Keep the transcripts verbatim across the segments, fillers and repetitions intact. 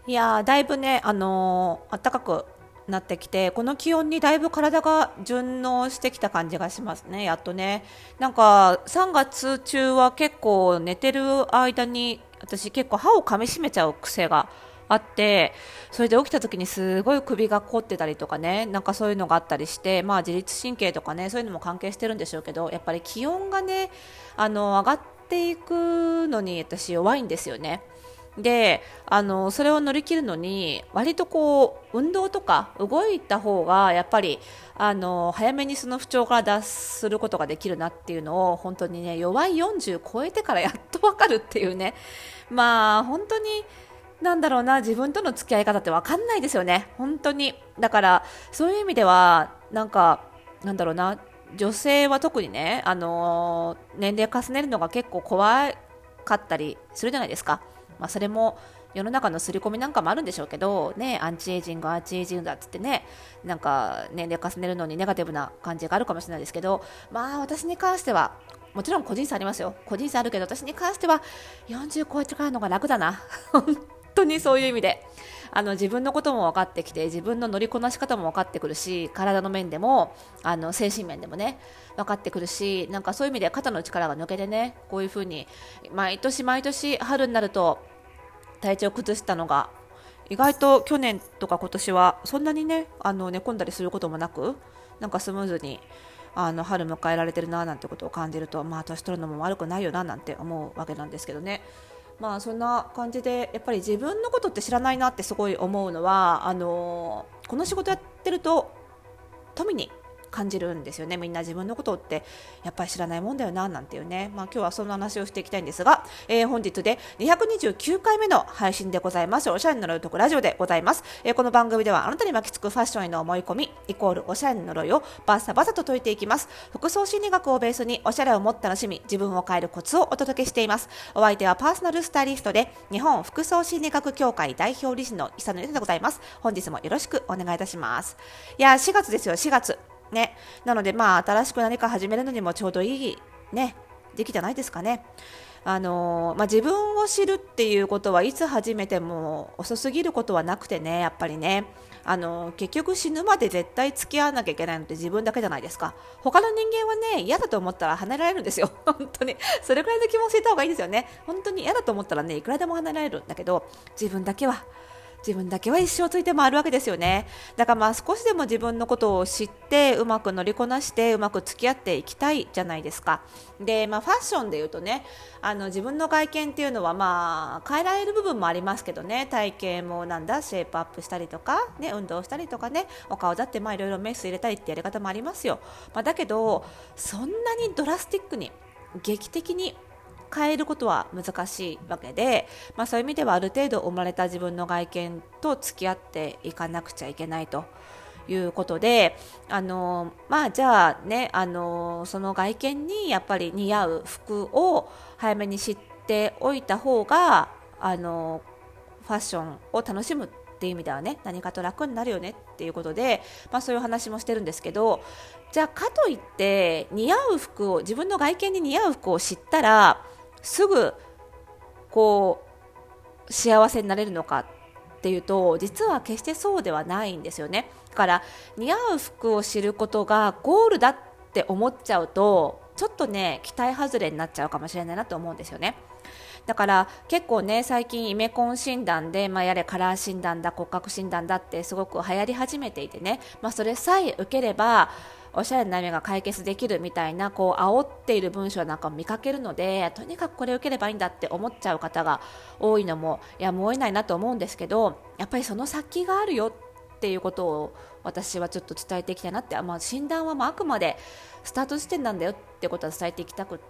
いやーだいぶね、あのー暖かくなってきて、この気温にだいぶ体が順応してきた感じがしますね、やっとね。なんかさんがつ中は結構寝てる間に私結構歯を噛みしめちゃう癖があって、それで起きた時にすごい首が凝ってたりとかね、なんかそういうのがあったりして、まあ自律神経とかね、そういうのも関係してるんでしょうけど、やっぱり気温がね、あの上がっていくのに私弱いんですよね。であのそれを乗り切るのに割とこう運動とか動いた方がやっぱりあの早めにその不調から脱することができるなっていうのを本当にね、弱いよんじゅう超えてからやっと分かるっていうね。まあ本当になんだろうな、自分との付き合い方って分かんないですよね、本当に。だからそういう意味ではなんかなんだろうな、女性は特にね、あの年齢重ねるのが結構怖かったりするじゃないですか。まあ、それも世の中の刷り込みなんかもあるんでしょうけどね、アンチエイジングアンチエイジングだっつってね、なんか年齢重ねるのにネガティブな感じがあるかもしれないですけど、まあ私に関してはもちろん個人差ありますよ、個人差あるけど私に関してはよんじゅう超えてからのが楽だな本当にそういう意味であの自分のことも分かってきて、自分の乗りこなし方も分かってくるし、体の面でもあの精神面でもね分かってくるし、なんかそういう意味で肩の力が抜けてね、こういう風に毎年毎年春になると体調を崩したのが意外と去年とか今年はそんなにね、あの寝込んだりすることもなく、なんかスムーズにあの春迎えられてるななんてことを感じると、まあ年取るのも悪くないよななんて思うわけなんですけどね。まあそんな感じでやっぱり自分のことって知らないなってすごい思うのは、あのこの仕事やってると富に感じるんですよね。みんな自分のことってやっぱり知らないもんだよななんていうね。まあ今日はそんな話をしていきたいんですが、えー、本日でにひゃくにじゅうきゅうかいめの配信でございます。おしゃれに呪いとくラジオでございます。えー、この番組ではあなたに巻きつくファッションへの思い込みイコールおしゃれに呪いをバッサバサと解いていきます。服装心理学をベースにおしゃれをもっと楽しみ、自分を変えるコツをお届けしています。お相手はパーソナルスタイリストで日本服装心理学協会代表理事の久野由でございます。本日もよろしくお願いいたします。いやしがつですよ、しがつね。なのでまあ新しく何か始めるのにもちょうどいいね時期じゃないですかね。あのーまあ、自分を知るっていうことはいつ始めても遅すぎることはなくてね、やっぱりね、あのー結局死ぬまで絶対付き合わなきゃいけないのって自分だけじゃないですか。他の人間はね嫌だと思ったら離れられるんですよ本当にそれくらいの気持ちでいた方がいいですよね。本当に嫌だと思ったらねいくらでも離れられるんだけど、自分だけは自分だけは一生ついて回るわけですよね。だからまあ少しでも自分のことを知ってうまく乗りこなしてうまく付き合っていきたいじゃないですか。で、まあ、ファッションでいうとね、あの自分の外見っていうのはまあ変えられる部分もありますけどね、体型もなんだシェイプアップしたりとか、ね、運動したりとかね、お顔だってまあいろいろメス入れたりってやり方もありますよ。まあ、だけどそんなにドラスティックに劇的に変えることは難しいわけで、まあ、そういう意味ではある程度生まれた自分の外見と付き合っていかなくちゃいけないということで、あのまあじゃあね、あのその外見にやっぱり似合う服を早めに知っておいた方があのファッションを楽しむっていう意味ではね、何かと楽になるよねっていうことで、まあ、そういう話もしてるんですけど、じゃあかといって似合う服を自分の外見に似合う服を知ったらすぐこう幸せになれるのかっていうと、実は決してそうではないんですよね。だから似合う服を知ることがゴールだって思っちゃうとちょっとね期待外れになっちゃうかもしれないなと思うんですよね。だから結構ね最近イメコン診断で、まあ、やれカラー診断だ骨格診断だってすごく流行り始めていてね、まあ、それさえ受ければおしゃれな悩みが解決できるみたいなこう煽っている文章なんかを見かけるので、とにかくこれを受ければいいんだって思っちゃう方が多いのもやむを得ないなと思うんですけど、やっぱりその先があるよっていうことを私はちょっと伝えていきたいなって、まあ、診断はまああくまでスタート時点なんだよってことは伝えていきたくって、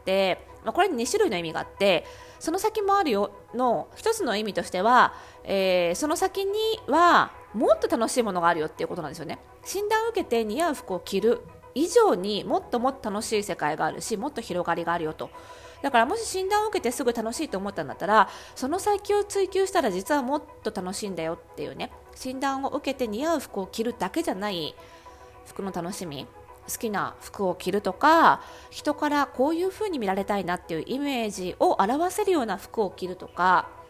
まあ、これにに種類の意味があって、その先もあるよの一つの意味としては、えー、その先にはもっと楽しいものがあるよっていうことなんですよね。診断を受けて似合う服を着る以上にもっともっと楽しい世界があるし、もっと広がりがあるよと。だからもし診断を受けてすぐ楽しいと思ったんだったら、その先を追求したら実はもっと楽しいんだよっていうね、診断を受けて似合う服を着るだけじゃない服の楽しみ、好きな服を着るとか、人からこういう風に見られたいなっていうイメージを表せるような服を着るとか、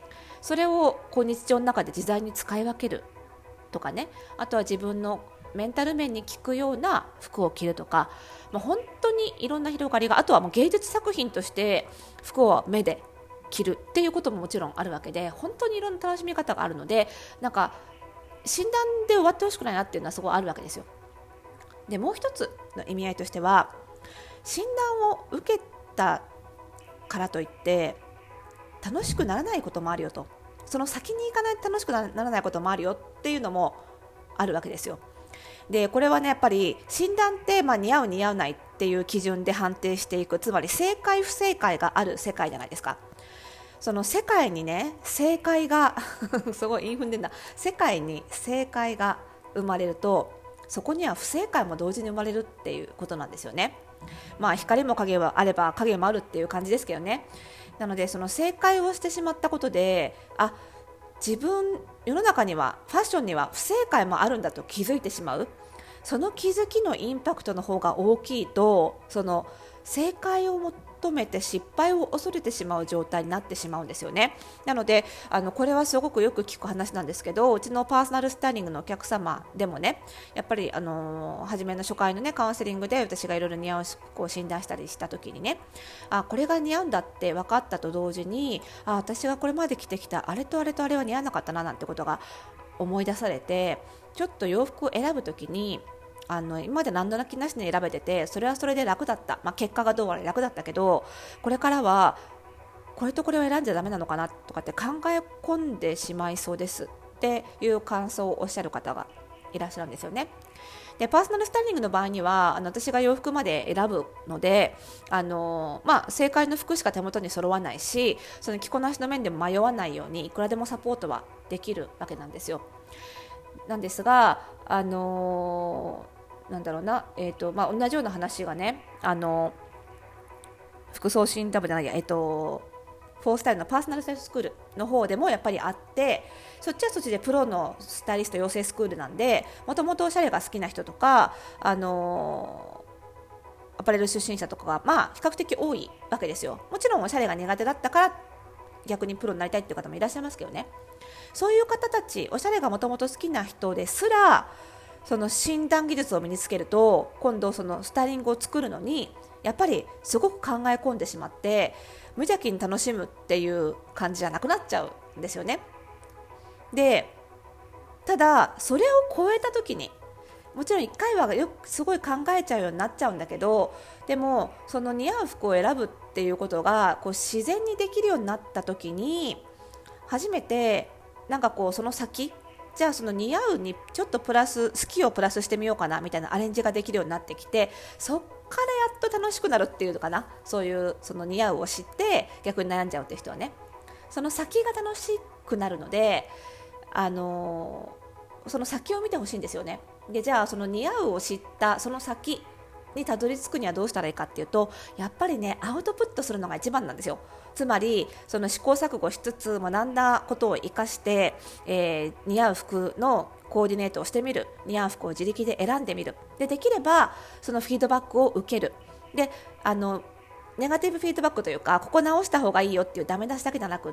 それをこう日常の中で自在に使い分けるとかね、あとは自分のメンタル面に効くような服を着るとか、まあ、本当にいろんな広がりが、あとはもう芸術作品として服を目で着るっていうことももちろんあるわけで、本当にいろんな楽しみ方があるので、なんか診断で終わってほしくないなっていうのはすごいあるわけですよ。でもう一つの意味合いとしては、診断を受けたからといって楽しくならないこともあるよと、その先に行かないと楽しくならないこともあるよっていうのもあるわけですよ。でこれはね、やっぱり診断って、まあ、似合う似合わないっていう基準で判定していく、つまり正解不正解がある世界じゃないですか。その世界にね、正解がすごい韻踏んでんだ、世界に正解が生まれると、そこには不正解も同時に生まれるっていうことなんですよね。まあ光も影はあれば影もあるっていう感じですけどね。なのでその正解をしてしまったことで、あ、自分世の中にはファッションには不正解もあるんだと気づいてしまう。その気づきのインパクトの方が大きいと、その正解を求めて失敗を恐れてしまう状態になってしまうんですよね。なのであのこれはすごくよく聞く話なんですけど、うちのパーソナルスタイリングのお客様でもね、やっぱりあの初めの初回のねカウンセリングで私がいろいろ似合う服を診断したりした時にね、あ、これが似合うんだって分かったと同時に、あ、私がこれまで着てきたあれとあれとあれは似合わなかったななんてことが思い出されて、ちょっと洋服を選ぶ時にあの今まで何の気なしに選べてて、それはそれで楽だった、まあ、結果がどうあれ楽だったけど、これからはこれとこれを選んじゃダメなのかなとかって考え込んでしまいそうですっていう感想をおっしゃる方がいらっしゃるんですよね。でパーソナルスタイリングの場合にはあの私が洋服まで選ぶので、あの、まあ、正解の服しか手元に揃わないし、その着こなしの面でも迷わないようにいくらでもサポートはできるわけなんですよ。なんですが、あのなんだろうな、えーとまあ、同じような話がね、あの服装診断部じゃないや、えーとフォースタイルのパーソナルスタイルスクールの方でもやっぱりあって、そっちはそっちでプロのスタイリスト養成スクールなんで、もともとおしゃれが好きな人とか、あのアパレル出身者とかが、まあ、比較的多いわけですよ。もちろんおしゃれが苦手だったから逆にプロになりたいっていう方もいらっしゃいますけどね。そういう方たち、おしゃれがもともと好きな人ですら、その診断技術を身につけると、今度そのスタイリングを作るのにやっぱりすごく考え込んでしまって、無邪気に楽しむっていう感じじゃなくなっちゃうんですよね。でただそれを超えた時に、もちろんいっかいはよくすごい考えちゃうようになっちゃうんだけど、でもその似合う服を選ぶっていうことがこう自然にできるようになった時に、初めてなんかこうその先、じゃあその似合うにちょっとプラス好きをプラスしてみようかなみたいなアレンジができるようになってきて、そっからやっと楽しくなるっていうのかな。そういうその似合うを知って逆に悩んじゃうっていう人はね、その先が楽しくなるので、あのー、その先を見てほしいんですよね。でじゃあその似合うを知ったその先にたどり着くにはどうしたらいいかっていうと、やっぱりねアウトプットするのが一番なんですよ。つまりその試行錯誤しつつ学んだことを生かして、えー、似合う服のコーディネートをしてみる、似合う服を自力で選んでみる、でできればそのフィードバックを受ける。であのネガティブフィードバックというか、ここ直した方がいいよっていうダメ出しだけじゃなくって、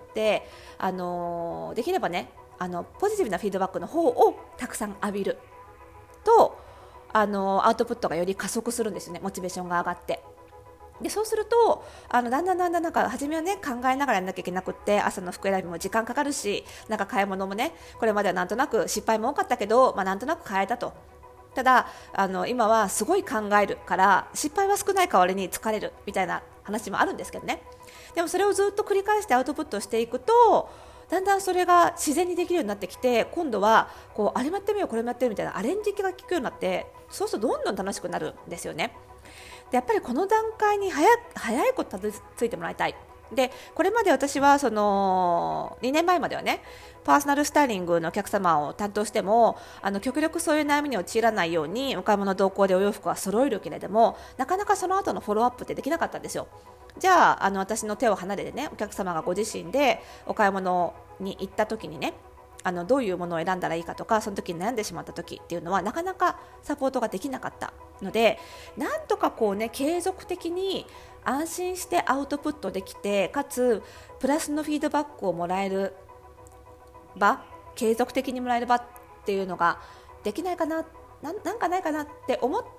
あのできればね、あのポジティブなフィードバックの方をたくさん浴びると、あのアウトプットがより加速するんですよね。モチベーションが上がって、でそうするとあのだんだんだんだんなんか初めはね考えながらやらなきゃいけなくって、朝の服選びも時間かかるし、なんか買い物もね、これまではなんとなく失敗も多かったけど、まあ、なんとなく買えたと。ただあの今はすごい考えるから失敗は少ない代わりに疲れるみたいな話もあるんですけどね。でもそれをずっと繰り返してアウトプットしていくと、だんだんそれが自然にできるようになってきて、今度はこうあれもやってみようこれもやってみようみたいなアレンジが効くようになって、そうするとどんどん楽しくなるんですよね。でやっぱりこの段階に早早いことたどり着いてもらいたい。でこれまで私はそのにねんまえまではね、パーソナルスタイリングのお客様を担当しても、あの極力そういう悩みに陥らないようにお買い物同行でお洋服は揃えるけれども、なかなかその後のフォローアップってできなかったんですよ。じゃあ、あの私の手を離れてね、お客様がご自身でお買い物に行った時にね、あのどういうものを選んだらいいかとか、その時に悩んでしまった時っていうのはなかなかサポートができなかったので、なんとかこうね継続的に安心してアウトプットできて、かつプラスのフィードバックをもらえる場、継続的にもらえる場っていうのができないかな、な、なんかないかなって思って、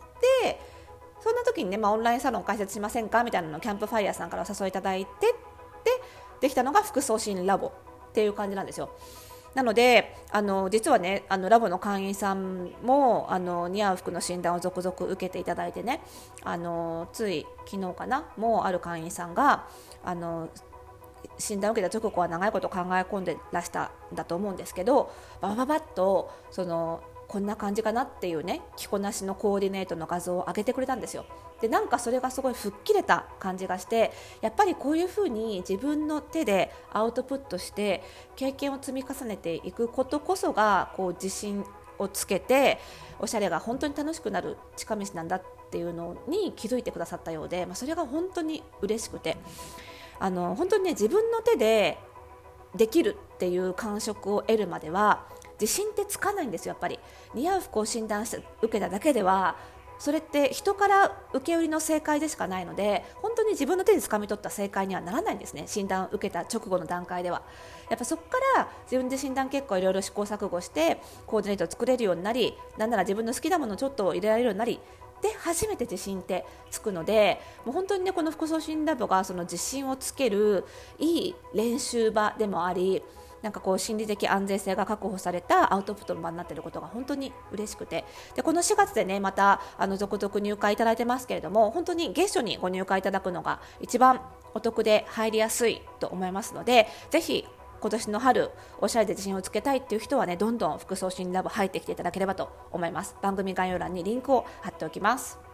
そんな時にね、まあ、オンラインサロン開設しませんかみたいなのをキャンプファイヤーさんからお誘いいただいて、でできたのが服装診ラボっていう感じなんですよ。なのであの実はね、あのラボの会員さんもあの似合う服の診断を続々受けていただいてね、あのつい昨日かな、もうある会員さんがあの診断を受けた直後は長いこと考え込んでらしたんだと思うんですけど、ババババッとそのこんな感じかなっていうね、着こなしのコーディネートの画像を上げてくれたんですよ。でなんかそれがすごい吹っ切れた感じがして、やっぱりこういう風に自分の手でアウトプットして経験を積み重ねていくことこそがこう自信をつけておしゃれが本当に楽しくなる近道なんだっていうのに気づいてくださったようで、まあ、それが本当に嬉しくて、あの本当にね、自分の手でできるっていう感触を得るまでは自信ってつかないんですよ。やっぱり似合う服を診断して受けただけではそれって人から受け売りの正解でしかないので、本当に自分の手で掴み取った正解にはならないんですね。診断を受けた直後の段階ではやっぱそこから自分で診断結果をいろいろ試行錯誤してコーディネートを作れるようになり、なんなら自分の好きなものをちょっと入れられるようになりで初めて自信ってつくので、もう本当にね、この服装診ラボがその自信をつけるいい練習場でもあり、なんかこう心理的安全性が確保されたアウトプットの場になっていることが本当に嬉しくて、でこのしがつでね、またあの続々入会いただいてますけれども、本当に月初にご入会いただくのが一番お得で入りやすいと思いますので、ぜひ今年の春おしゃれで自信をつけたいっていう人はね、どんどん服装診ラボ入ってきていただければと思います。番組概要欄にリンクを貼っておきます。